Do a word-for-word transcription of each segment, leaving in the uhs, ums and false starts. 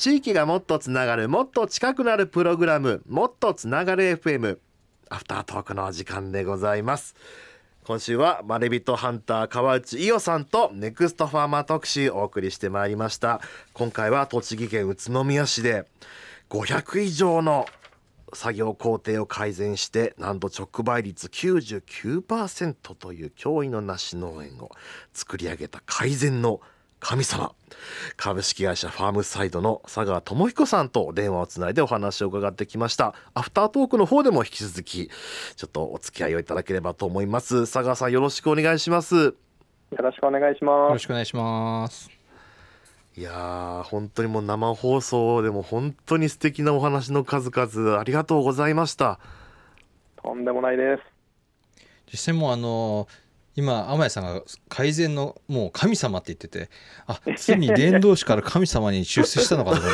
地域がもっとつながる、もっと近くなるプログラム、もっとつながる エフエム、アフタートークの時間でございます。今週はまれびとハンター川内伊代さんとネクストファーマー特集をお送りしてまいりました。今回は栃木県宇都宮市でごひゃく以上の作業工程を改善して、なんと直売率 きゅうじゅうきゅうパーセント という驚異の梨農園を作り上げた改善の神様、株式会社ファームサイドの佐川智彦さんと電話をつないでお話を伺ってきました。アフタートークの方でも引き続きちょっとお付き合いをいただければと思います。佐川さん、よろしくお願いします。 よろしくお願いします。 よろしくお願いします。 いやー、本当にもう生放送でも本当に素敵なお話の数々ありがとうございました。 とんでもないです。 実際もうあの今天谷さんが改善のもう神様って言ってて、あ、ついに伝道師から神様に出世したのかと思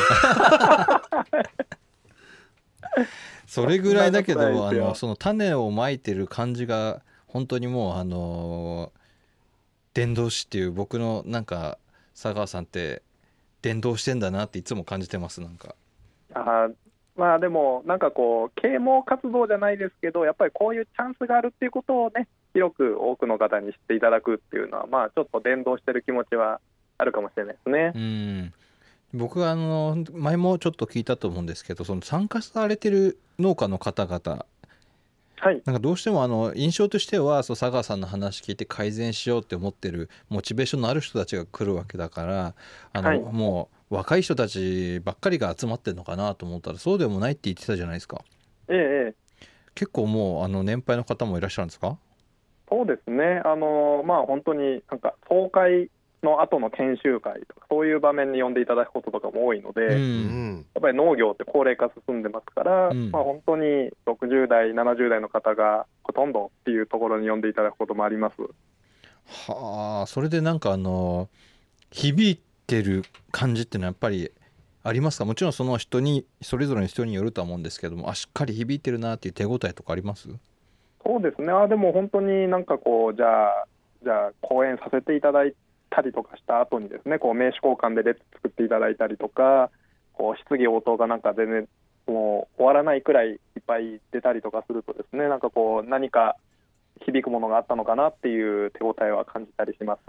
ったそれぐらいだけど、あのその種をまいてる感じが本当にもうあの伝道師っていう、僕のなんか佐川さんって伝道してんだなっていつも感じてます。なんかあ、まあでもなんかこう啓蒙活動じゃないですけど、やっぱりこういうチャンスがあるっていうことをね、広く多くの方に知っていただくっていうのは、まあちょっと伝道してる気持ちはあるかもしれないですね。 うん、僕はあの前もちょっと聞いたと思うんですけど、その参加されてる農家の方々、 はい、 なんかどうしてもあの印象としては、そう佐川さんの話聞いて改善しようって思ってるモチベーションのある人たちが来るわけだから、あの、 はい、 もう若い人たちばっかりが集まってるのかなと思ったら、そうでもないって言ってたじゃないですか。 ええええ、 結構もうあの年配の方もいらっしゃるんですか？ そうですね。あのまあ本当になんか総会の後の研修会とかそういう場面に呼んでいただくこととかも多いので、 うやん、 っぱり農業って高齢化進んでますから、 うんまあ、本当にろくじゅう代ななじゅう代の方がほとんどっていうところに呼んでいただくこともあります。 はあ、それでなんかあの響いてる感じっていうのはやっぱりありますか？もちろんその人にそれぞれの人によるとは思うんですけども、あ、しっかり響いてるなっていう手応えとかあります？ そうですね。あ、でも本当になんかこうじゃあじゃあ講演させていただいたりとかした後にですね、こう名刺交換で列作っていただいたりとか、こう質疑応答がなんか全然もう終わらないくらいいっぱい出たりとかするとですね、なんかこう何か響くものがあったのかなっていう手応えは感じたりします。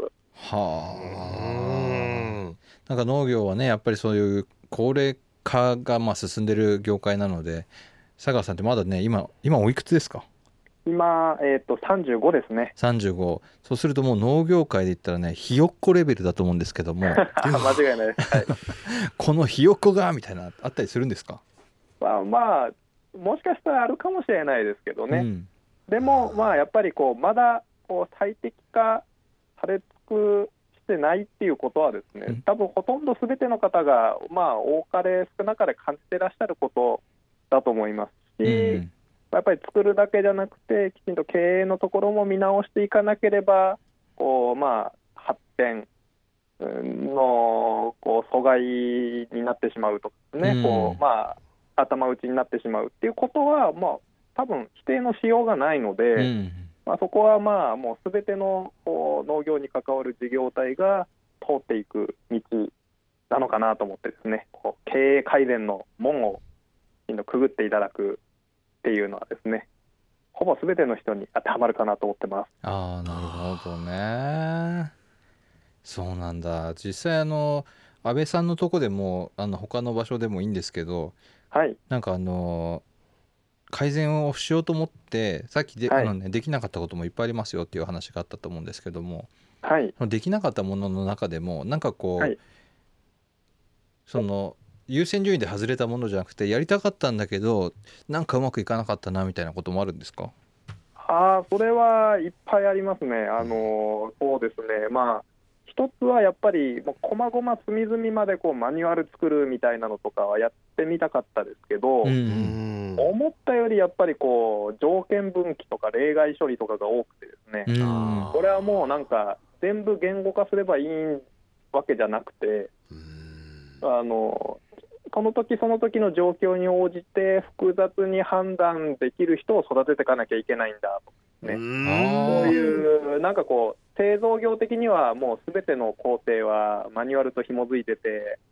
はあ、なんか農業はね、やっぱりそういう高齢化がまあ進んでる業界なので、佐川さんってまだね、今今おいくつですか？ 今、えー、とさんじゅうごですね。 さんじゅうご。そうするともう農業界で言ったらね、ひよっこレベルだと思うんですけども間違いないです、はい、 このひよっこがみたいなあったりするんですか？ まあ、まあもしかしたらあるかもしれないですけどね、うん、でもまあやっぱりこうまだこう最適化され尽くしてないっていうことはですね、うん、多分ほとんど全ての方がまあ多かれ少なかれ感じてらっしゃることだと思いますし、うん、やっぱり作るだけじゃなくてきちんと経営のところも見直していかなければ、こう、まあ、発展のこう阻害になってしまうとかね、うん、こうまあ、頭打ちになってしまうっていうことは、まあ、多分否定のしようがないので、うん、まあ、そこはまあもう全てのこう農業に関わる事業体が通っていく道なのかなと思ってですね、こう経営改善の門をくぐっていただくっていうのはですね、ほぼ全ての人に当てはまるかなと思ってます。 ああ、なるほどね。そうなんだ。実際あの安倍さんのとこでもあの他の場所でもいいんですけど、 はい、 なんかあの改善をしようと思ってさっきで、はい、あのね、できなかったこともいっぱいありますよっていう話があったと思うんですけども、 はい、 できなかったものの中でもなんかこう、はい、その優先順位で外れたものじゃなくてやりたかったんだけどなんかうまくいかなかったなみたいなこともあるんですか？ あ、それはいっぱいありますね。あのそうですね、まあ一つはやっぱりもう細々隅々までこうマニュアル作るみたいなのとかはやってみたかったですけど、うん、思ったよりやっぱりこう条件分岐とか例外処理とかが多くてですね、うん、これはもうなんか全部言語化すればいいわけじゃなくて、うん、あのその時その時の状況に応じて複雑に判断できる人を育てていかなきゃいけないんだと、ね、うそういうなんかこう製造業的にはもう全ての工程はマニュアルと紐づいてて、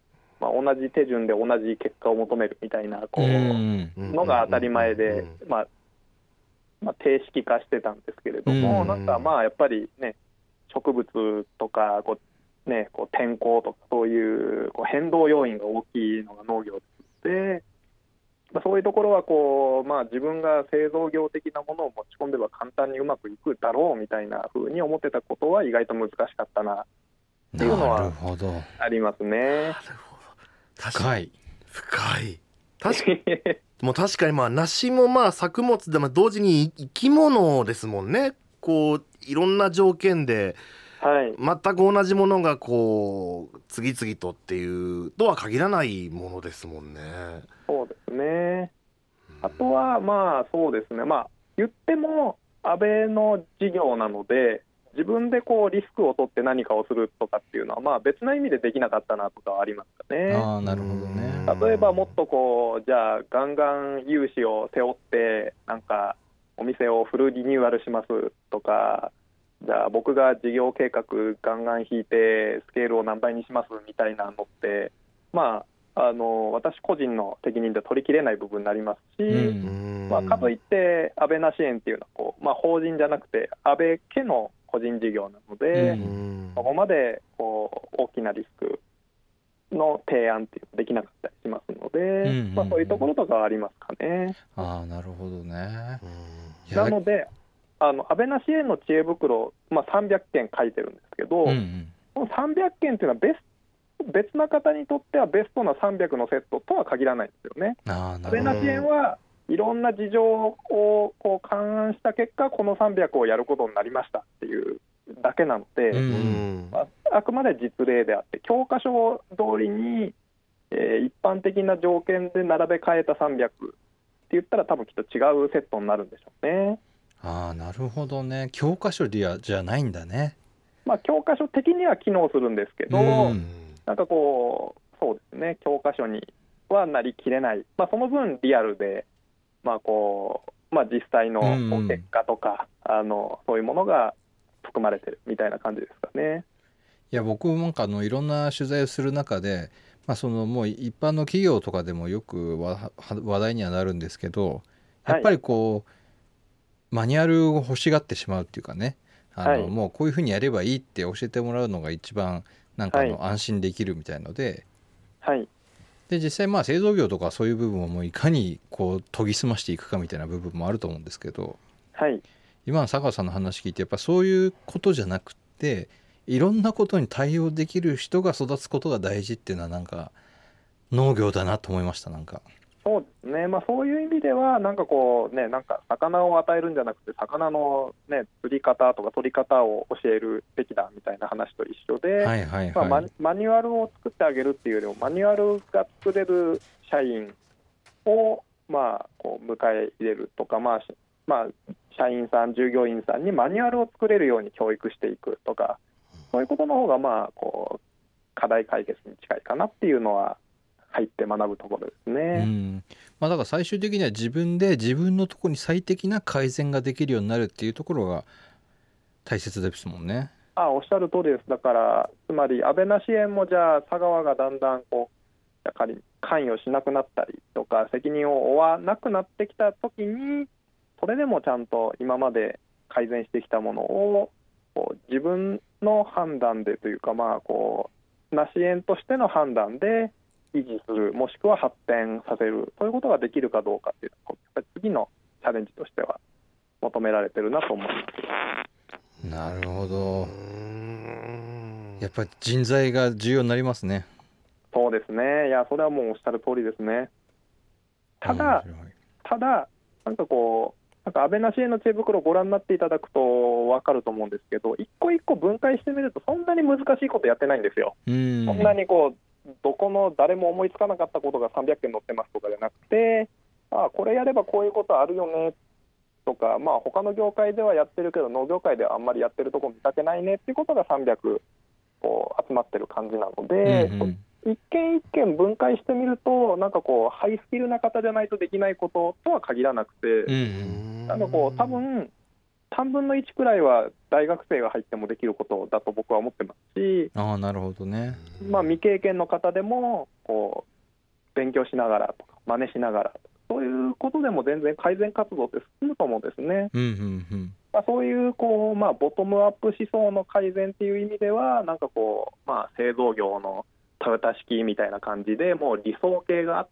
まあ、同じ手順で同じ結果を求めるみたいなこうのが当たり前で、まあまあ、定式化してたんですけれども、なんかまあやっぱりね、植物とかこう、ね、こう天候とかそういうこう変動要因が大きいのが農業で、まあ、そういうところはこう、まあ、自分が製造業的なものを持ち込んでは簡単にうまくいくだろうみたいな風に思ってたことは意外と難しかったなっていうのはありますね。 深い深い。確かにもう確かにまあ梨もまあ作物でも同時に生き物ですもんね。こういろんな条件で全く同じものがこう次々とっていうとは限らないものですもんね。 そうですね。あとはまあそうですね、まあ言っても安倍の事業なので自分でこうリスクを取って何かをするとかっていうのはまあ別な意味でできなかったなとかはありますかね。 ああ、なるほどね。 例えばもっとこうじゃあガンガン融資を背負ってなんかお店をフルリニューアルしますとか、じゃあ僕が事業計画ガンガン引いてスケールを何倍にしますみたいなのってまああの私個人の責任で取りきれない部分になりますし、うんまあ、かといって安倍な支援っていうのはこう、まあ、法人じゃなくて安倍家の個人事業なので、うん、そこまでこう大きなリスクの提案っていうのできなかったりしますので、うんうんうんまあ、そういうところとかはありますかね。 ああ、なるほどね。 なのであの安倍な支援の知恵袋、まあ、さんびゃっけん書いてるんですけど、うんうん、このさんびゃっけんっていうのはベス別な方にとってはベストなさんびゃくのセットとは限らないんですよね。安倍な支援はいろんな事情をこう勘案した結果このさんびゃくをやることになりましたっていうだけなので、うんまあ、あくまで実例であって教科書通りに、えー、一般的な条件で並べ替えたさんびゃくって言ったら多分きっと違うセットになるんでしょうね。 ああ、なるほどね。教科書じゃないんだね。 まあ、教科書的には機能するんですけど、うんなんかこうそうですね、教科書にはなりきれない、まあ、その分リアルで、まあこうまあ、実際の結果とか、うんうん、あのそういうものが含まれてるみたいな感じですかね。 いや僕もなんかあのいろんな取材をする中で、まあ、そのもう一般の企業とかでもよく話題にはなるんですけど、やっぱりこう、はい、マニュアルを欲しがってしまうっていうかね、あの、はい、もうこういうふうにやればいいって教えてもらうのが一番なんかの安心できるみたいので、 はい、 で実際まあ製造業とかそういう部分をもういかにこう研ぎ澄ましていくかみたいな部分もあると思うんですけど、 はい、 今の坂川さんの話聞いてやっぱそういうことじゃなくていろんなことに対応できる人が育つことが大事っていうのはなんか農業だなと思いました。なんかそうですね、まあ、そういう意味ではなんかこうねなんか魚を与えるんじゃなくて魚の、ね、釣り方とか取り方を教えるべきだみたいな話と一緒で、はいはいはいまあ、マ, マニュアルを作ってあげるっていうよりもマニュアルが作れる社員を、まあ、こう迎え入れるとか、まあまあ、社員さん従業員さんにマニュアルを作れるように教育していくとかそういうことの方がまあこう課題解決に近いかなっていうのは入って学ぶところですね。 うんまあ、だから最終的には自分で自分のところに最適な改善ができるようになるっていうところが大切ですもんね。 ああおっしゃる通りです。だからつまり安倍な支援もじゃあ佐川がだんだんこうやはり関与しなくなったりとか責任を負わなくなってきた時にそれでもちゃんと今まで改善してきたものをこう自分の判断でというかまあこうな支援としての判断で維持するもしくは発展させるそういうことができるかどうかっていうのはやっぱり次のチャレンジとしては求められてるなと思います。 なるほど。やっぱり人材が重要になりますね。 そうですね。いやそれはもうおっしゃる通りですね。ただただなんかこうなんか安倍な支援の知恵袋をご覧になっていただくと分かると思うんですけど一個一個分解してみるとそんなに難しいことやってないんですよ。うんそんなにこうどこの誰も思いつかなかったことがさんびゃっけん載ってますとかじゃなくてあこれやればこういうことあるよねとか、まあ、他の業界ではやってるけど農業界ではあんまりやってるところ見かけないねっていうことがさんびゃくこう集まってる感じなので、うんうん、一件一件分解してみるとなんかこうハイスキルな方じゃないとできないこととは限らなくて、うんうん、なんかこう多分さんぶんのいちくらいは大学生が入ってもできることだと僕は思ってますし、 ああなるほどね。 まあ、未経験の方でもこう勉強しながらとか真似しながらとか、そういうことでも全然改善活動って進むと思うんですね。 うんうんうんまあ、そういうこう、まあ、ボトムアップ思想の改善っていう意味では、なんかこう、まあ、製造業のトヨタ式みたいな感じでもう理想形があって、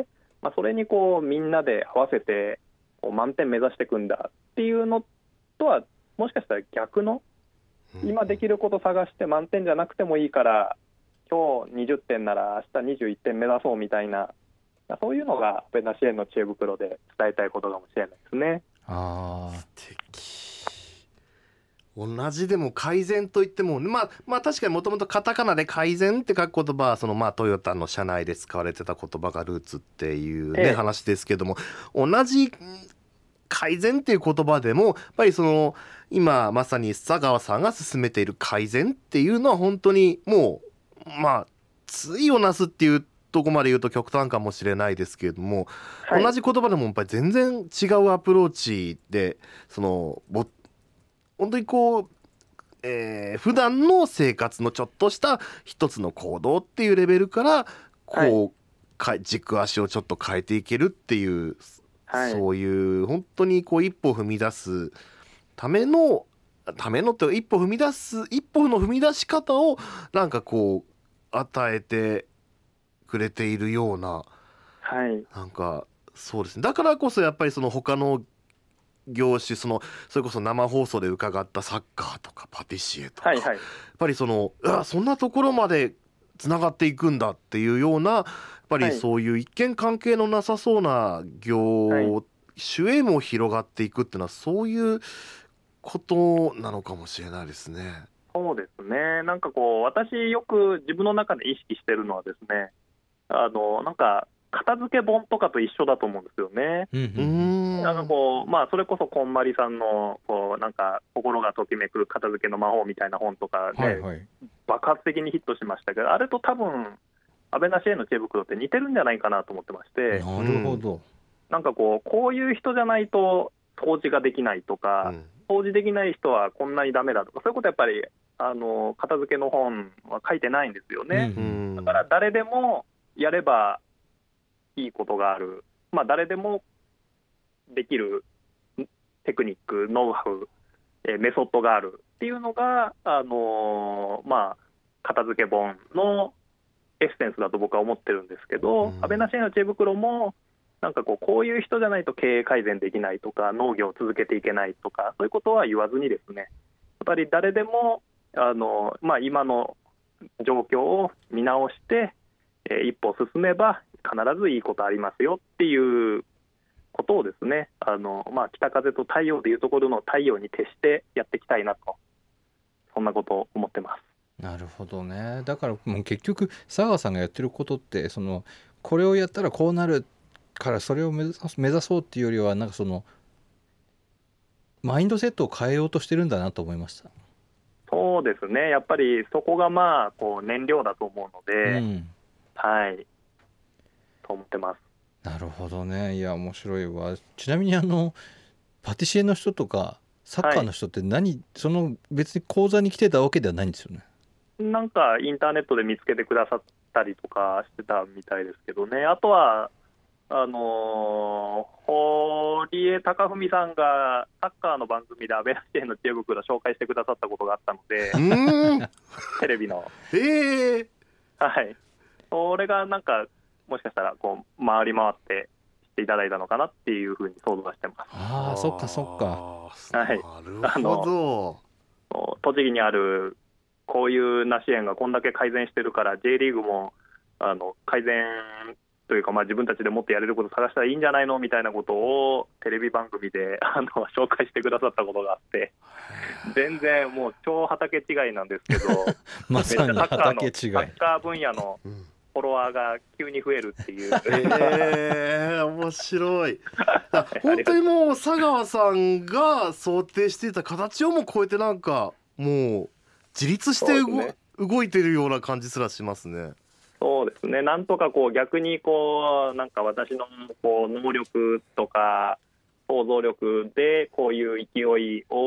まあ、それにこうみんなで合わせてこう満点目指していくんだっていうのとはもしかしたら逆の、今できること探して満点じゃなくてもいいから今日にじゅってんなら明日にじゅういってん目指そうみたいな、そういうのがアベナ支援の知恵袋で伝えたいことかもしれないですね。 ああ素敵。同じでも改善といっても、まあ、まあ確かにもともとカタカナで改善って書く言葉はそのまあトヨタの社内で使われてた言葉がルーツっていうね、 ええ話ですけども、同じ改善っていう言葉でもやっぱりその今まさに佐川さんが進めている改善っていうのは本当にもうまあ対をなすっていうとこまで言うと極端かもしれないですけれども、 はい同じ言葉でもやっぱり全然違うアプローチでそのぼ本当にこう、えー普段の生活のちょっとした一つの行動っていうレベルからこう、か軸足をちょっと変えていけるっていう、 はいそういう本当にこう一歩踏み出すためのためのって一歩踏み出す一歩の踏み出し方をなんかこう与えてくれているような、 はいなんかそうですね。だからこそやっぱりその他の業種、そのそれこそ生放送で伺ったサッカーとかパティシエとか、 はいはいやっぱりそのうわそんなところまでつながっていくんだっていうような、やっぱりはいそういう一見関係のなさそうな業種へも広がっていくっていうのはそういうことなのかもしれないですね。 そうですね。なんかこう私よく自分の中で意識してるのはですね、あのなんか片付け本とかと一緒だと思うんですよね。 うんううんーんあのこうまあ、それこそこんまりさんのこうなんか心がときめく片付けの魔法みたいな本とかではいはい。 爆発的にヒットしましたけど、あれと多分アベナ支援の知恵袋って似てるんじゃないかなと思ってまして、 なるほど。 なんかこうこういう人じゃないと掃除ができないとか、 うん掃除できない人はこんなにダメだとか、そういうことやっぱりあの片付けの本は書いてないんですよね。 ううんんだから誰でもやればいいことがある、まあ、誰でもできるテクニック、ノウハウ、えーメソッドがあるっていうのが、あのーまあ、片付け本のエッセンスだと僕は思ってるんですけど、 うんアベナ支援の知恵袋もなんかこうこういう人じゃないと経営改善できないとか農業を続けていけないとか、そういうことは言わずにですね、やっぱり誰でもあの、まあ、今の状況を見直して、えー一歩進めば必ずいいことありますよっていうことをですね、あの、まあ、北風と太陽でいうところの太陽に徹してやっていきたいなと、そんなことを思ってます。 なるほどね。だからもう結局佐川さんがやってることってそのこれをやったらこうなるからそれを目指す目指そうっていうよりはなんかそのマインドセットを変えようとしてるんだなと思いました。 そうですね、やっぱりそこがまあこう燃料だと思うので、 うんはいと思ってます。 なるほどね。いや面白いわ。ちなみにあのパティシエの人とかサッカーの人って何、その別に講座に来てたわけではないんですよね。 なんかインターネットで見つけてくださったりとかしてたみたいですけどね。あとはあのー、堀江貴文さんがサッカーの番組でアベナ支援の知恵袋を紹介してくださったことがあったのでうーんテレビの、 えーはいそれがなんかもしかしたらこう回り回ってしていただいたのかなっていうふうに想像はしてます。 ああそっかそっか。 はいなるほど。 栃木にあるこういうな支援がこんだけ改善してるから J リーグもあの改善というか、まあ、自分たちでもっとやれること探したらいいんじゃないのみたいなことをテレビ番組であの紹介してくださったことがあって、全然もう超畑違いなんですけどまさにめっちゃサッカーの畑違い。 サッカー分野のうんフォロワーが急に増えるっていうえー、面白い。本当にもう佐川さんが想定していた形をも超えてなんかもう自立して動,、 そうですね動いてるような感じすらしますね。 そうですね、なんとかこう逆にこうなんか私のこう能力とか想像力でこういう勢いを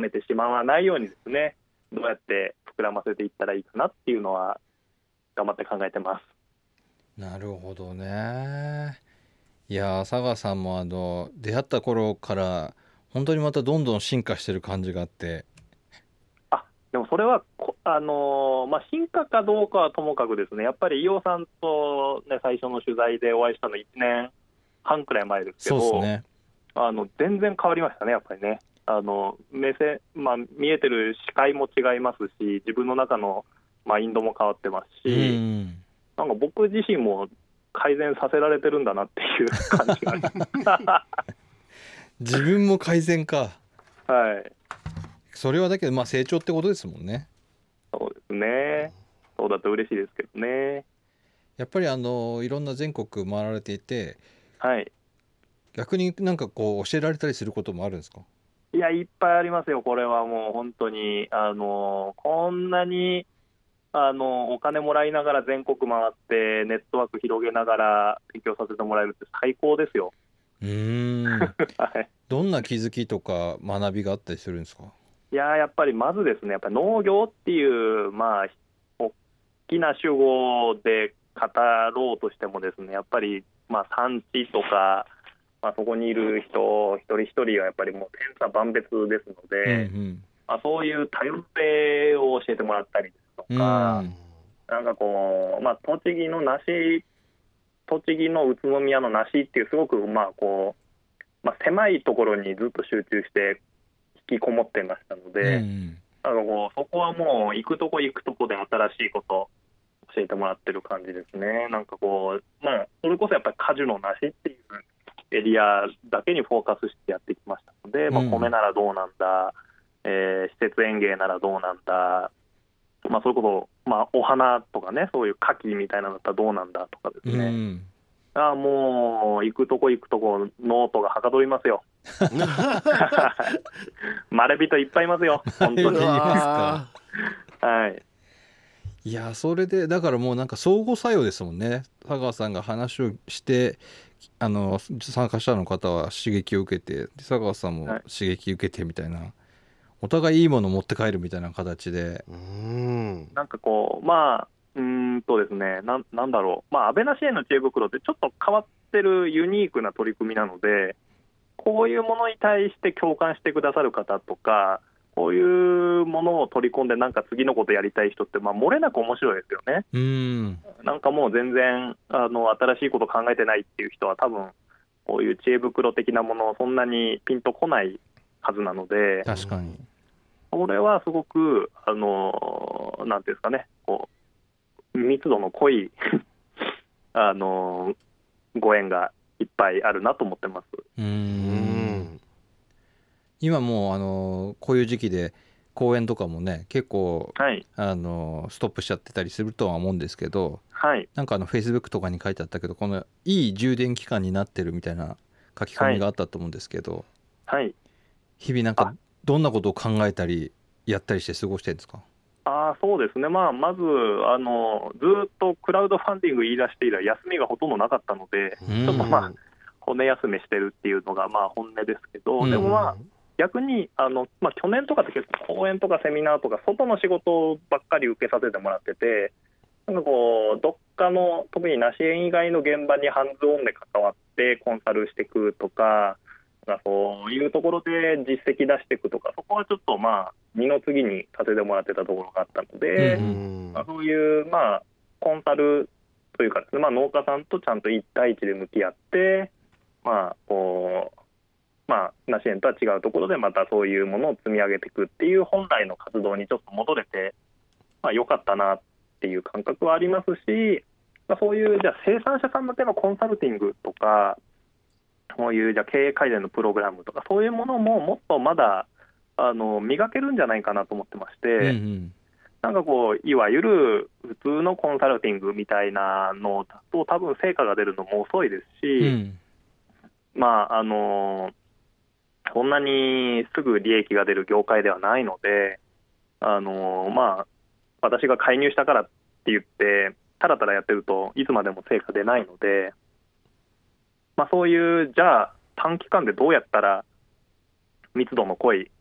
めてしまわないようにですね、どうやって膨らませていったらいいかなっていうのは頑張って考えてます。 なるほどね。いや佐賀さんもあの出会った頃から本当にまたどんどん進化してる感じがあって。 あ、でもそれはあのーまあ、進化かどうかはともかくですね、やっぱり伊尾さんと、ね、最初の取材でお会いしたのいちねんはんくらい前ですけど、 そうですね、 あの全然変わりましたね、やっぱりね。あの目線、まあ、見えてる視界も違いますし、自分の中のマインドも変わってますし、うん、なんか僕自身も改善させられてるんだなっていう感じがあります自分も改善か。 はい、 それはだけど、まあ、成長ってことですもんね。 そうですね、そうだと嬉しいですけどね。 やっぱりあのいろんな全国回られていて、 はい、 逆になんかこう教えられたりすることもあるんですか？ いや、いっぱいありますよ。これはもう本当にあのこんなにあのお金もらいながら全国回ってネットワーク広げながら勉強させてもらえるって最高ですよ。 うーん、はい、どんな気づきとか学びがあったりするんですか？ いややっぱりまずですね、やっぱり農業っていう、まあ、大きな主語で語ろうとしてもですね、やっぱり、まあ、産地とか、まあ、そこにいる人一人一人はやっぱりもう千差万別ですので、うんうん、まあ、そういう多様性を教えてもらったりですとか、うん、なんかこう、まあ、栃木の梨、栃木の宇都宮の梨っていうすごく、まあこうまあ、狭いところにずっと集中して引きこもってましたので、うん、なんかこうそこはもう行くとこ行くとこで新しいこと教えてもらってる感じですね。なんかこう、まあ、それこそやっぱり果樹の梨っていうエリアだけにフォーカスしてやってきましたので、うん、まあ、米ならどうなんだ、えー、施設園芸ならどうなんだ、まあ、それこそ、まあ、お花とかね、そういう牡蠣みたいなのだったらどうなんだとかですね、うん、あもう行くとこ行くとこノートがはかどりますよまれびといっぱいいますよ本当にはい。 いやそれでだからもうなんか相互作用ですもんね。佐川さんが話をしてあの参加者の方は刺激を受けて、佐川さんも刺激受けてみたいな、はい、お互いいいものを持って帰るみたいな形で、 うーんなんかこうまあうーんとですね な, なんだろうまあ安倍な支援の知恵袋ってちょっと変わってるユニークな取り組みなので、こういうものに対して共感してくださる方とか、こういうものを取り込んでなんか次のことやりたい人って、まあ、漏れなく面白いですよね。 うーんなんかもう全然あの新しいこと考えてないっていう人は多分こういう知恵袋的なものをそんなにピンとこないはずなので、 確かにこれはすごくあのなんていうんですかね、こう密度の濃いあのご縁がいっぱいあるなと思ってます。 うーん今もうあのこういう時期で公演とかもね結構、はい、あのストップしちゃってたりするとは思うんですけど、 はい、 なんかあの Facebook とかに書いてあったけど、このいい充電期間になってるみたいな書き込みがあったと思うんですけど、 はい、 日々なんかどんなことを考えたりやったりして過ごしてるんですか？ あそうですね、まあ、まずあのずっとクラウドファンディング言い出して以来休みがほとんどなかったので、ちょっとまあ骨休めしてるっていうのがまあ本音ですけど、でもまあ逆にあの、まあ、去年とかって結構講演とかセミナーとか外の仕事ばっかり受けさせてもらってて、なんかこうどっかの特に梨園以外の現場にハンズオンで関わってコンサルしていくとか、なんかそういうところで実績出していくとか、そこはちょっとまあ二の次にさせてもらってたところがあったので、うん、まあ、そういうまあコンサルというかですね、まあ、農家さんとちゃんと一対一で向き合って、まあこうまあ、梨園とは違うところでまたそういうものを積み上げていくっていう本来の活動にちょっと戻れて、まあ、良かったなっていう感覚はありますし、まあ、そういうじゃあ生産者さん向けのコンサルティングとか、そういうじゃあ経営改善のプログラムとか、そういうものももっとまだあの磨けるんじゃないかなと思ってまして、うんうん、なんかこういわゆる普通のコンサルティングみたいなのだと多分成果が出るのも遅いですし、うん、まああのそんなにすぐ利益が出る業界ではないので、あのまあ私が介入したからって言ってたらたらやってるといつまでも成果出ないので、まあ、そういうじゃあ短期間でどうやったら密度の濃い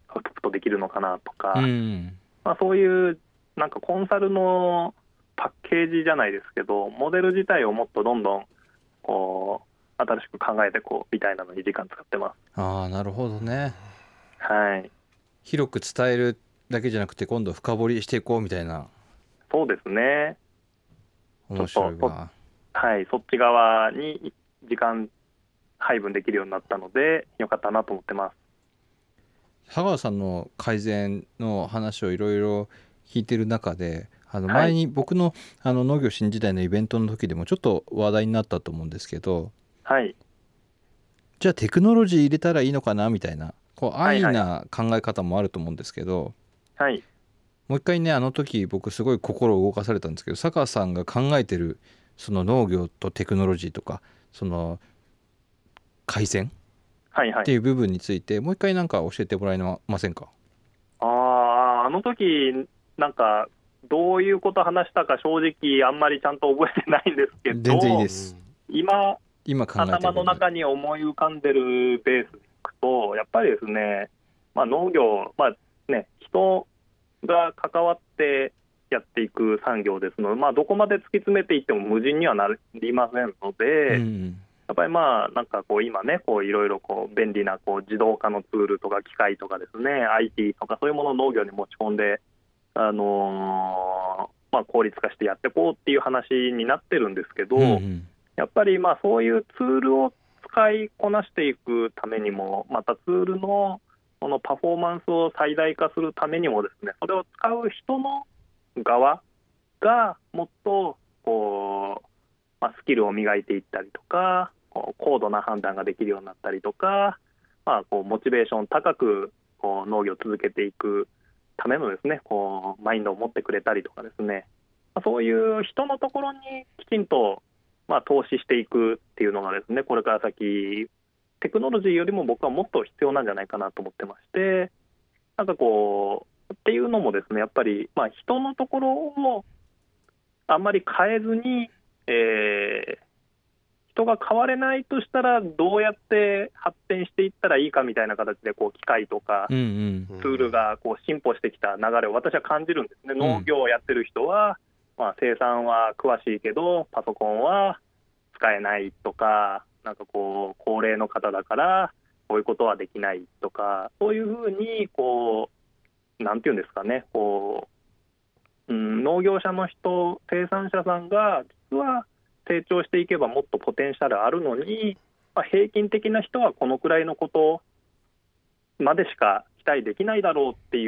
アウトプットできるのかなとか、 うんまあ、そういうなんかコンサルのパッケージじゃないですけど、モデル自体をもっとどんどんこう新しく考えてこうみたいなのに時間使ってます。 ああなるほどね。 はい、 広く伝えるだけじゃなくて今度深掘りしていこうみたいな。 そうですね。 面白いわ。 はい、そっち側に時間配分できるようになったのでよかったなと思ってます。 佐川さんの改善の話をいろいろ聞いてる中で、あのはい前に僕のあの農業新時代のイベントの時でもちょっと話題になったと思うんですけど、 はい、 じゃあテクノロジー入れたらいいのかなみたいな、こう安易はいはいな考え方もあると思うんですけど、 はいもう一回ね、あの時僕すごい心を動かされたんですけど、佐川さんが考えてるその農業とテクノロジーとかその改善はいはい。 っていう部分についてもう一回なんか教えてもらえませんか？ ああ、あの時なんかどういうこと話したか正直あんまりちゃんと覚えてないんですけど、 全然いいです。 今今考えてる頭の中に思い浮かんでるベースでいくと、やっぱりですね、まあ、農業、まあね、人が関わってやっていく産業ですので、まあ、どこまで突き詰めていっても無人にはなりませんので、 うん、 やっぱりまあなんかこう今ね、こういろいろこう便利なこう自動化のツールとか機械とかですね、 アイティー とかそういうものを農業に持ち込んで、あのーまあ、効率化してやっていこうっていう話になってるんですけど、 うんうんやっぱりまあそういうツールを使いこなしていくためにも、またツールのそのパフォーマンスを最大化するためにもですね、それを使う人の側がもっとこう、まあ、スキルを磨いていったりとか、こう高度な判断ができるようになったりとか、まあ、こうモチベーション高くこう農業を続けていくためのですね、こうマインドを持ってくれたりとかですね、まあそういう人のところにきちんとまあ投資していくっていうのがですね、これから先テクノロジーよりも僕はもっと必要なんじゃないかなと思ってまして、なんかこうっていうのもですね、やっぱりまあ人のところをあんまり変えずに、えー、人が変われないとしたらどうやって発展していったらいいかみたいな形でこう機械とかうんうんツールがこう進歩してきた流れを私は感じるんですね。農業をやってる人は、まあ、生産は詳しいけどパソコンは使えないとか、なんかこう高齢の方だからこういうことはできないとか、そういうふうにこうなんていうんですかね、こう、うん、農業者の人、生産者さんが実は成長していけばもっとポテンシャルあるのに、まあ、平均的な人はこのくらいのことまでしか期待できないだろうっていう、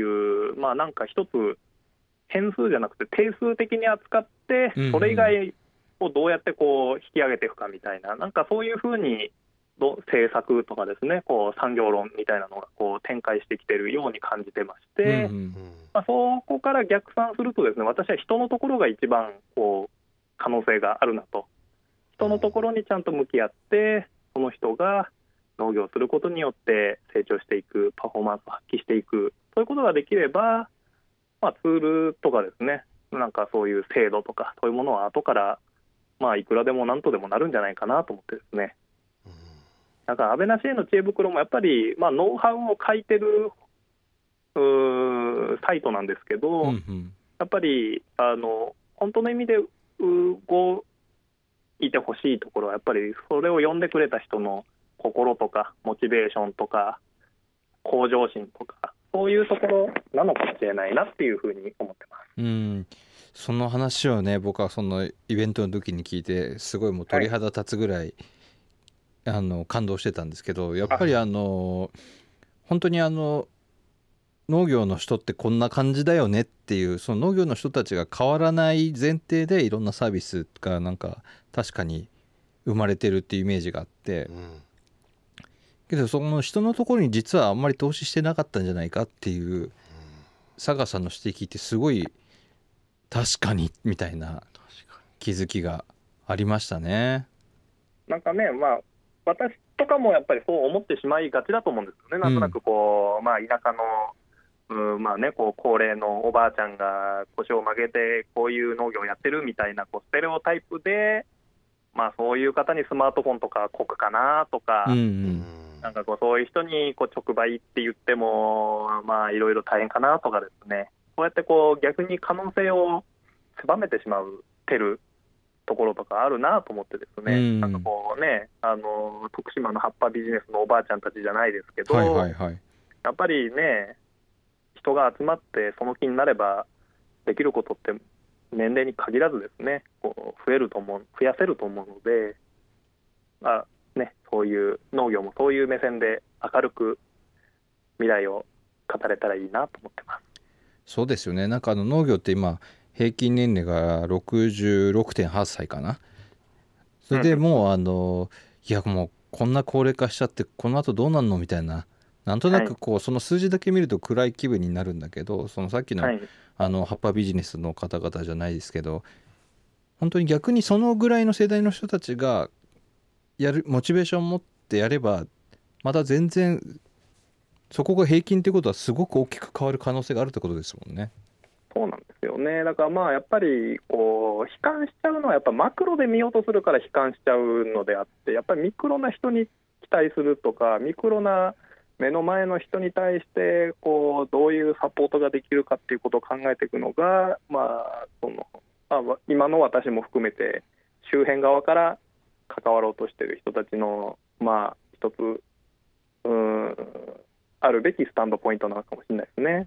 まあ、なんか一つ変数じゃなくて定数的に扱ってそれ以外をどうやってこう引き上げていくかみたいな、なんかそういうふうに政策とかですね、こう産業論みたいなのがこう展開してきているように感じてまして、 うんうんまあ、そこから逆算するとですね、私は人のところが一番こう可能性があるなと。人のところにちゃんと向き合ってその人が農業をすることによって成長していく、パフォーマンスを発揮していく、そういうことができれば、まあ、ツールとかですね、なんかそういう制度とかそういうものは後からまあいくらでも何とでもなるんじゃないかなと思ってですね、だから安倍なしへの知恵袋もやっぱり、まあ、ノウハウを書いてるサイトなんですけど、 うんうんやっぱりあの本当の意味で動いてほしいところはやっぱりそれを読んでくれた人の心とかモチベーションとか向上心とか、そういうところなのかもしれないなっていうふうに思ってます。 うん、その話をね、僕はそのイベントの時に聞いてすごいもう鳥肌立つぐらい、はい、あの感動してたんですけど、やっぱりあの本当にあの農業の人ってこんな感じだよねっていう、その農業の人たちが変わらない前提でいろんなサービスがなんか確かに生まれてるっていうイメージがあって、うん、けどその人のところに実はあんまり投資してなかったんじゃないかっていう佐賀さんの指摘ってすごい確かにみたいな気づきがありましたね。 なんかね、まあ私とかもやっぱりそう思ってしまいがちだと思うんですよね。なんとなくこう、うん、まあ田舎のうんまあね、こう高齢のおばあちゃんが腰を曲げてこういう農業をやってるみたいなこうステレオタイプで、まあ、そういう方にスマートフォンとか酷かなとか、 うんうん、 なんかこうそういう人にこう直売って言ってもまあいろいろ大変かなとかですね、こうやってこう逆に可能性を狭めてしまうてるところとかあるなと思ってですね、うん、なんかこうね、あの徳島の葉っぱビジネスのおばあちゃんたちじゃないですけど、 はいはいはい、 やっぱりね、人が集まってその気になればできることって年齢に限らずですね、こう増えると思う、増やせると思うので、まあね、そういう農業もそういう目線で明るく未来を語れたらいいなと思ってます。 そうですよね。なんかあの農業って今平均年齢がろくじゅうろくてんはっさいかな。それでもうあのいやもうこんな高齢化しちゃってこの後どうなんのみたいな、なんとなくこうその数字だけ見ると暗い気分になるんだけど、そのさっきのあの葉っぱビジネスの方々じゃないですけど、本当に逆にそのぐらいの世代の人たちがやるモチベーションを持ってやればまた全然そこが平均っていうことはすごく大きく変わる可能性があるってことですもんね。 そうなんですよね。だからまあやっぱりこう悲観しちゃうのはやっぱマクロで見ようとするから悲観しちゃうのであって、やっぱりミクロな人に期待するとか、ミクロな目の前の人に対してこうどういうサポートができるかっていうことを考えていくのが、まあそのまあ、今の私も含めて周辺側から関わろうとしている人たちのまあ一つうーんあるべきスタンドポイントなのかもしれないですね。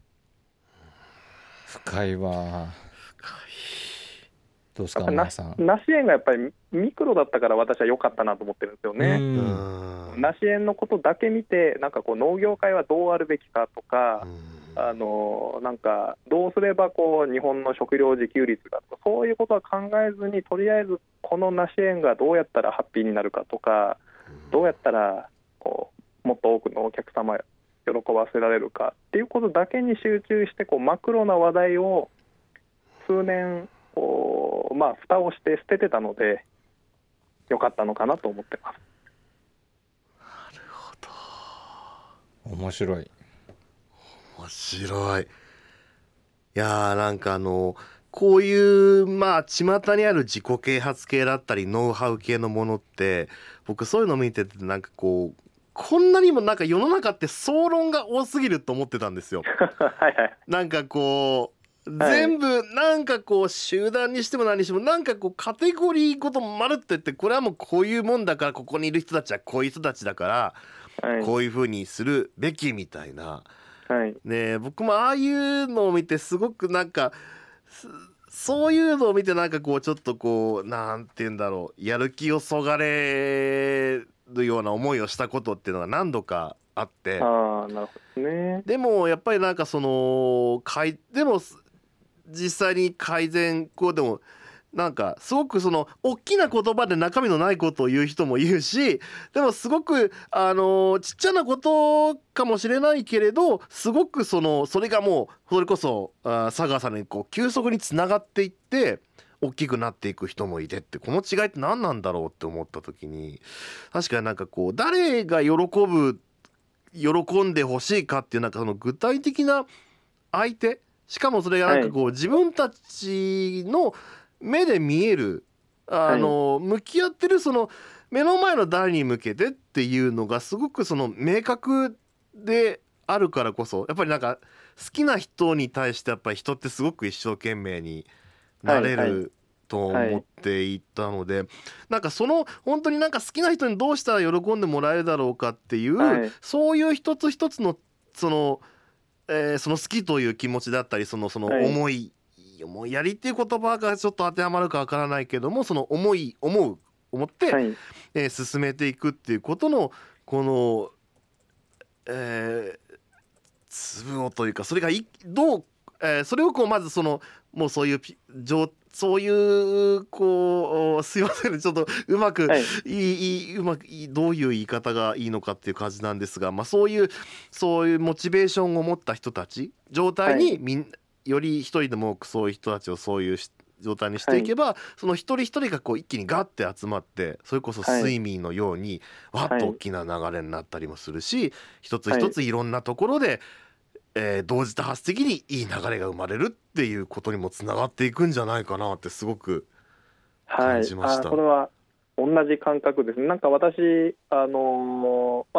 深いわ。 深い。 どうですか皆さん。 梨園がやっぱりミクロだったから私は良かったなと思ってるんですよね。梨園のことだけ見てなんかこう農業界はどうあるべきかとか、あのなんかどうすればこう日本の食料自給率がとか、そういうことは考えずにとりあえずこの梨園がどうやったらハッピーになるかとか、どうやったらこうもっと多くのお客様喜ばせられるかっていうことだけに集中してこうマクロな話題を数年こう、まあ、蓋をして捨ててたので良かったのかなと思ってます。 なるほど。面白い。 面白い。いやーなんかあのこういうまあ巷にある自己啓発系だったりノウハウ系のものって僕そういうの見ててなんかこうこんなにもなんか世の中って総論が多すぎると思ってたんですよ。 はいはい、 なんかこう全部なんかこう集団にしても何にしてもなんかこうカテゴリーごとまるって言って、これはもうこういうもんだからここにいる人たちはこういう人たちだからこういう風にするべきみたいな、 はい、 ね、僕もああいうのを見てすごくなんかそういうのを見てなんかこうちょっとこうなんて言うんだろう、やる気をそがれるような思いをしたことっていうのが何度かあって、 あ、なるほどね。 でもやっぱりなんかそのかいでも実際に改善こうでもなんかすごくその大きな言葉で中身のないことを言う人もいるし、でもすごくあのちっちゃなことかもしれないけれどすごくそのそれがもうそれこそあ佐川さんにこう急速につながっていって大きくなっていく人もいてって、この違いって何なんだろうって思った時に、確かになんかこう誰が喜ぶ喜んでほしいかっていうなんかその具体的な相手、しかもそれがなんかこう、はい、自分たちの目で見えるあの、はい、向き合ってるその目の前の誰に向けてっていうのがすごくその明確であるからこそ、やっぱりなんか好きな人に対してやっぱり人ってすごく一生懸命になれる、はいはい、と思っていたので、はい、なんかその本当になんか好きな人にどうしたら喜んでもらえるだろうかっていう、はい、そういう一つ一つのその、えー、その好きという気持ちだったりそのその思い、はい、思いやりっていう言葉がちょっと当てはまるかわからないけども、その思い思う思って、はい、えー、進めていくっていうことのこの、えー、粒をというかそれがいどう、えー、それをこうまずそのもうそういう状そういうこうすいませんちょっとうまく、はい、いいうまくどういう言い方がいいのかっていう感じなんですが、まあ、そういうそういうモチベーションを持った人たち状態にみん、はい、より一人でも多くそういう人たちをそういう状態にしていけば、はい、その一人一人がこう一気にガッて集まってそれこそ睡眠のように、はい、わっと大きな流れになったりもするし、一つ一ついろんなところで、えー、同時多発的にいい流れが生まれるっていうことにもつながっていくんじゃないかなってすごく感じました。 はい、あ、これは同じ感覚ですね。なんか私あのーまあ、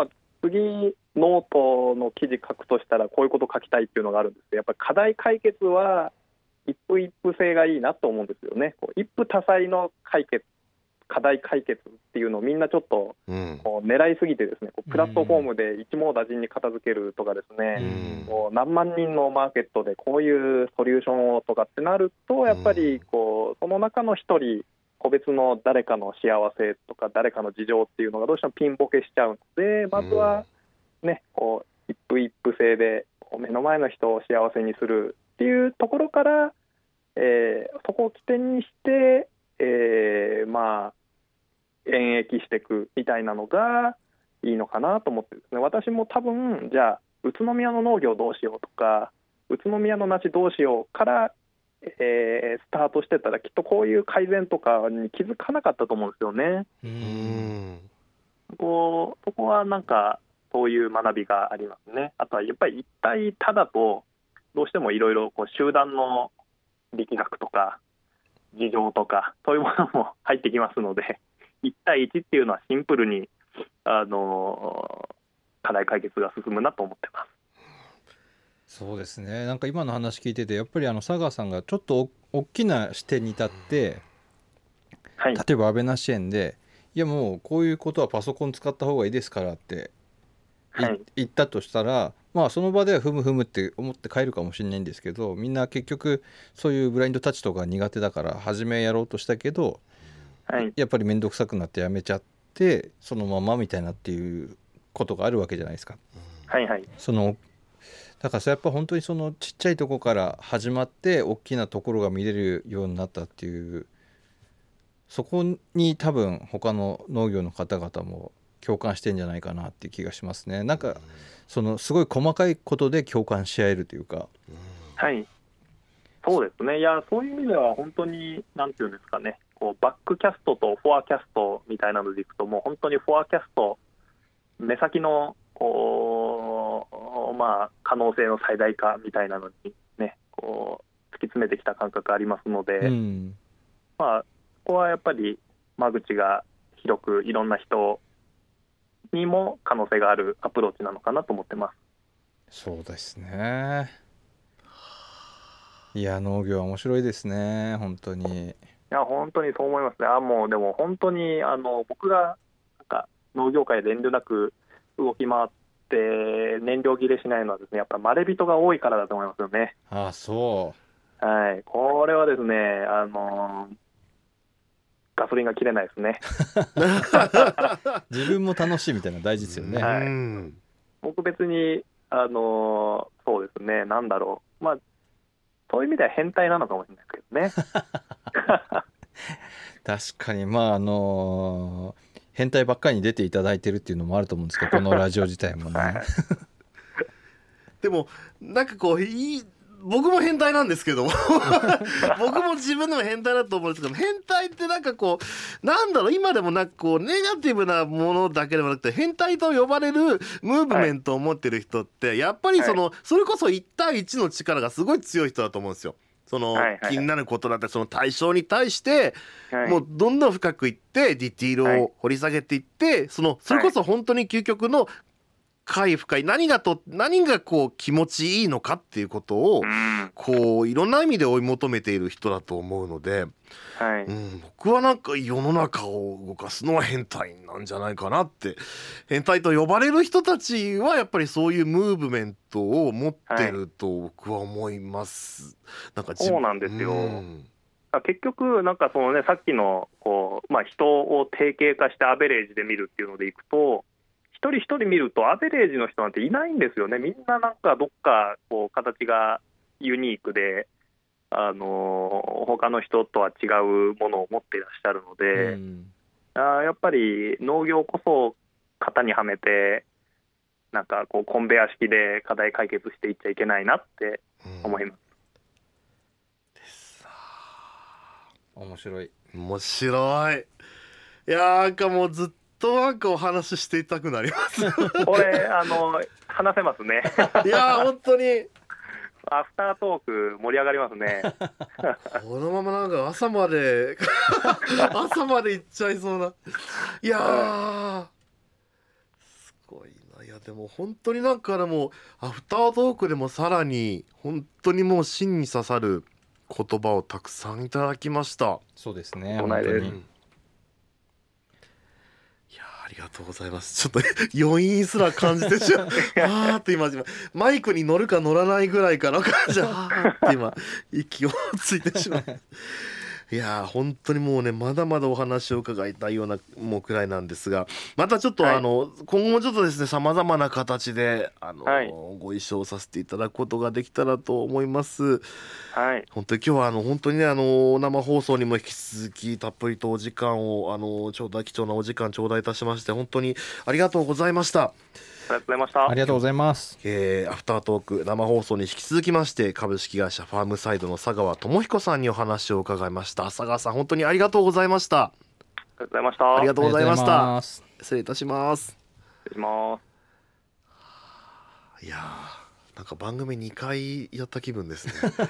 次ノートの記事書くとしたらこういうこと書きたいっていうのがあるんですけど、やっぱり課題解決は一夫一夫制がいいなと思うんですよね。こう一夫多妻の解決、課題解決っていうのをみんなちょっとこう狙いすぎてですね、こうプラットフォームで一網打尽に片付けるとかですね、こう何万人のマーケットでこういうソリューションをとかってなると、やっぱりこうその中の一人個別の誰かの幸せとか誰かの事情っていうのがどうしてもピンボケしちゃうので、まずはね、こう一夫一夫制でこう目の前の人を幸せにするっていうところから、えー、そこを起点にして、えー、まあ演繹していくみたいなのがいいのかなと思ってですね、私も多分じゃあ宇都宮の農業どうしようとか宇都宮の梨どうしようから、えー、スタートしてたらきっとこういう改善とかに気づかなかったと思うんですよね。 うん、 こうそこはなんかそういう学びがありますね。あとはやっぱり一対多だとどうしてもいろいろ集団の力学とか事情とかそういうものも入ってきますので、いち対いちっていうのはシンプルにあの課題解決が進むなと思ってます。 そうですね。なんか今の話聞いててやっぱりあの佐川さんがちょっと大きな視点に立って、はい、例えば安倍な支援でいやもうこういうことはパソコン使った方がいいですからって、はい、言ったとしたら、まあその場ではふむふむって思って帰るかもしれないんですけど、みんな結局そういうブラインドタッチとか苦手だから初めやろうとしたけど、はい、やっぱり面倒くさくなってやめちゃってそのままみたいなっていうことがあるわけじゃないですか。 はいはい。 そのだからそれやっぱ本当にそのちっちゃいところから始まって大きなところが見れるようになったっていう、そこに多分他の農業の方々も共感してんじゃないかなっていう気がしますね。なんかそのすごい細かいことで共感し合えるというか。 はい、そうですね。いやそういう意味では本当になんていうんですかね、こうバックキャストとフォアキャストみたいなのでいくと、もう本当にフォアキャスト目先のこう、まあ、可能性の最大化みたいなのにねこう突き詰めてきた感覚ありますので、うん、まあここはやっぱり間口が広くいろんな人にも可能性があるアプローチなのかなと思ってます。 そうですね。いや農業は面白いですね本当に。 いや本当にそう思いますね。あもうでも本当にあの僕がなんか農業界で遠慮なく動き回って燃料切れしないのはですね、やっぱまれびとが多いからだと思いますよね。 ああそう。 はい、これはですねあのガソリンが切れないですね。 自分も楽しいみたいなの大事ですよね。 はい、僕別にあのそうですねなんだろうまあそういう意味では変態なのかもしれないですけどね。 確かにまああのー、変態ばっかりに出ていただいてるっていうのもあると思うんですけどこのラジオ自体もね。 でもなんかこういい僕も変態なんですけど僕も自分でも変態だと思うんですけど、変態ってなんかこうなんだろう今でもなんかこうネガティブなものだけではなくて変態と呼ばれるムーブメントを持ってる人ってやっぱりその、はい、それこそいち対いちの力がすごい強い人だと思うんですよ。その、はいはいはい、気になることだったりその対象に対して、はい、もうどんどん深くいってディティールを掘り下げていって、はい、そのそれこそ本当に究極の深い深い何がと何がこう気持ちいいのかっていうことをこういろんな意味で追い求めている人だと思うので、はいうん、僕はなんか世の中を動かすのは変態なんじゃないかなって。変態と呼ばれる人たちはやっぱりそういうムーブメントを持ってると僕は思います、はい、なんかそうなんですよ、うん、結局なんかそのねさっきのこう、まあ、人を定型化してアベレージで見るっていうのでいくと一人一人見るとアベレージの人なんていないんですよね。みんななんかどっかこう形がユニークで、あのー、他の人とは違うものを持っていらっしゃるので、うん、あやっぱり農業こそ型にはめてなんかこうコンベヤ式で課題解決していっちゃいけないなって思います、 うん、です面白い面白い。いやなんかもうずっととなんかお話ししていたくなりますこれあの話せますね。 いや本当にアフタートーク盛り上がりますね。 このままなんか朝まで朝まで行っちゃいそうな。いやーすごいな。いやでも本当になんかあれもアフタートークでもさらに本当にもう芯に刺さる言葉をたくさんいただきました。 そうですね、 本当に本当に。 いやありがとうございます。ちょっと余韻すら感じてしまうあーって今マイクに乗るか乗らないぐらいかな感じであーって今息をついてしまういやー本当にもうねまだまだお話を伺いたいようなもうくらいなんですが、またちょっと、 はいあの今後もちょっとですねさまざまな形であの、 はいご一緒させていただくことができたらと思います。 はい本当に今日はあの本当にねあの生放送にも引き続きたっぷりとお時間をあのちょうだい貴重なお時間頂戴いたしまして本当にありがとうございました。 ありがとうございました。 ありがとうございます。 えーアフタートーク生放送に引き続きまして株式会社ファームサイドの佐川智彦さんにお話を伺いました。佐川さん本当にありがとうございました。 ありがとうございました。 ありがとうございましありがとうございたます。 失礼いたします。 失礼します。 いやーなんか番組にかいやった気分ですね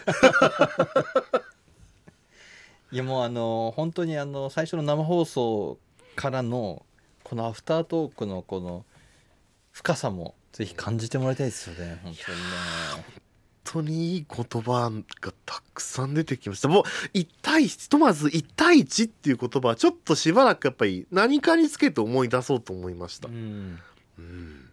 いやもうあの本当にあの最初の生放送からのこのアフタートークのこの深さもぜひ感じてもらいたいですよね、本当にね。 本当にいい言葉がたくさん出てきました。もう一対ひとまずいち対いちっていう言葉はちょっとしばらくやっぱり何かにつけて思い出そうと思いました。 うんうん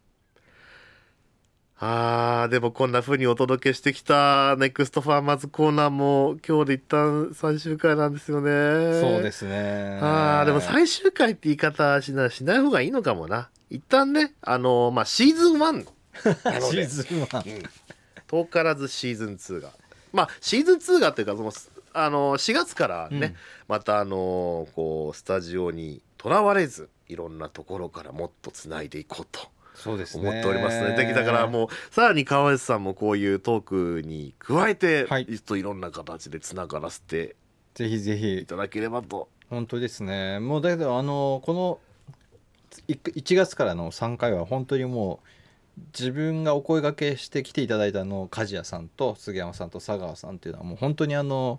あーでもこんな風にお届けしてきたネクストファーマーズコーナーも今日で一旦最終回なんですよね。 そうですね。 あーでも最終回って言い方しなしない方がいいのかもな。一旦ねあのーまあシーズンワンなのでシーズンワン、 うん遠からずシーズンツーがまあシーズンツーがっていうかそのあのしがつからね、 うんまたあのこうスタジオにとらわれずいろんなところからもっとつないでいこうとそうですね、 思っておりますので、できたからもうさらに川内さんもこういうトークに加えて、 はいちょっといろんな形でつながらせてぜひぜひいただければと。 本当ですね。もうだけどあのこのいいちがつからのさんかいは本当にもう自分がお声掛けして来ていただいたの梶谷さんと杉山さんと佐川さんっていうのはもう本当にあの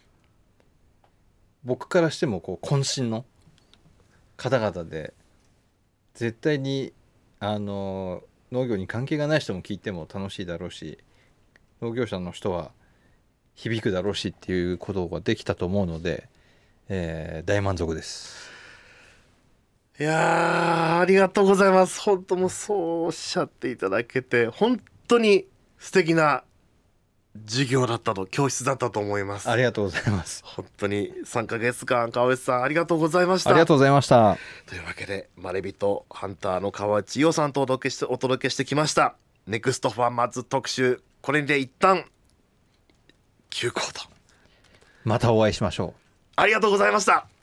僕からしてもこう渾身の方々で絶対にあの農業に関係がない人も聞いても楽しいだろうし農業者の人は響くだろうしっていうことができたと思うので、えー大満足です。 いやーありがとうございます。本当もうそうおっしゃっていただけて本当に素敵な授業だったと教室だったと思います。 ありがとうございます。 本当にさんかげつかん川内さんありがとうございました。 ありがとうございました。 というわけでまれびとハンターの川内伊代さんとお届けしてお届けしてきましたネクストファーマーズ特集、これで一旦休校と。 またお会いしましょう。 ありがとうございました。